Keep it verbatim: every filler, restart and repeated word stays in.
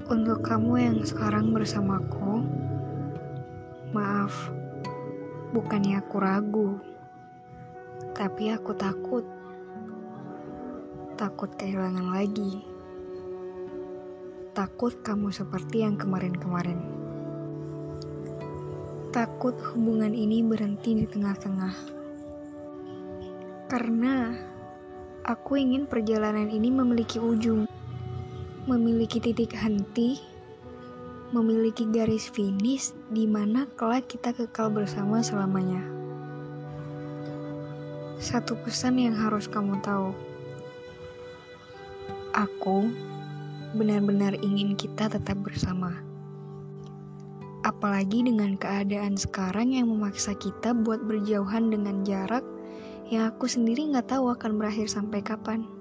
Untuk kamu yang sekarang bersamaku, maaf, bukannya aku ragu, tapi aku takut. Takut kehilangan lagi. Takut kamu seperti yang kemarin-kemarin. Takut hubungan ini berhenti di tengah-tengah. Karena aku ingin perjalanan ini memiliki ujung. Memiliki titik henti, memiliki garis finish di mana kelak kita kekal bersama selamanya. Satu pesan yang harus kamu tahu. Aku benar-benar ingin kita tetap bersama. Apalagi dengan keadaan sekarang yang memaksa kita buat berjauhan dengan jarak yang aku sendiri gak tahu akan berakhir sampai kapan.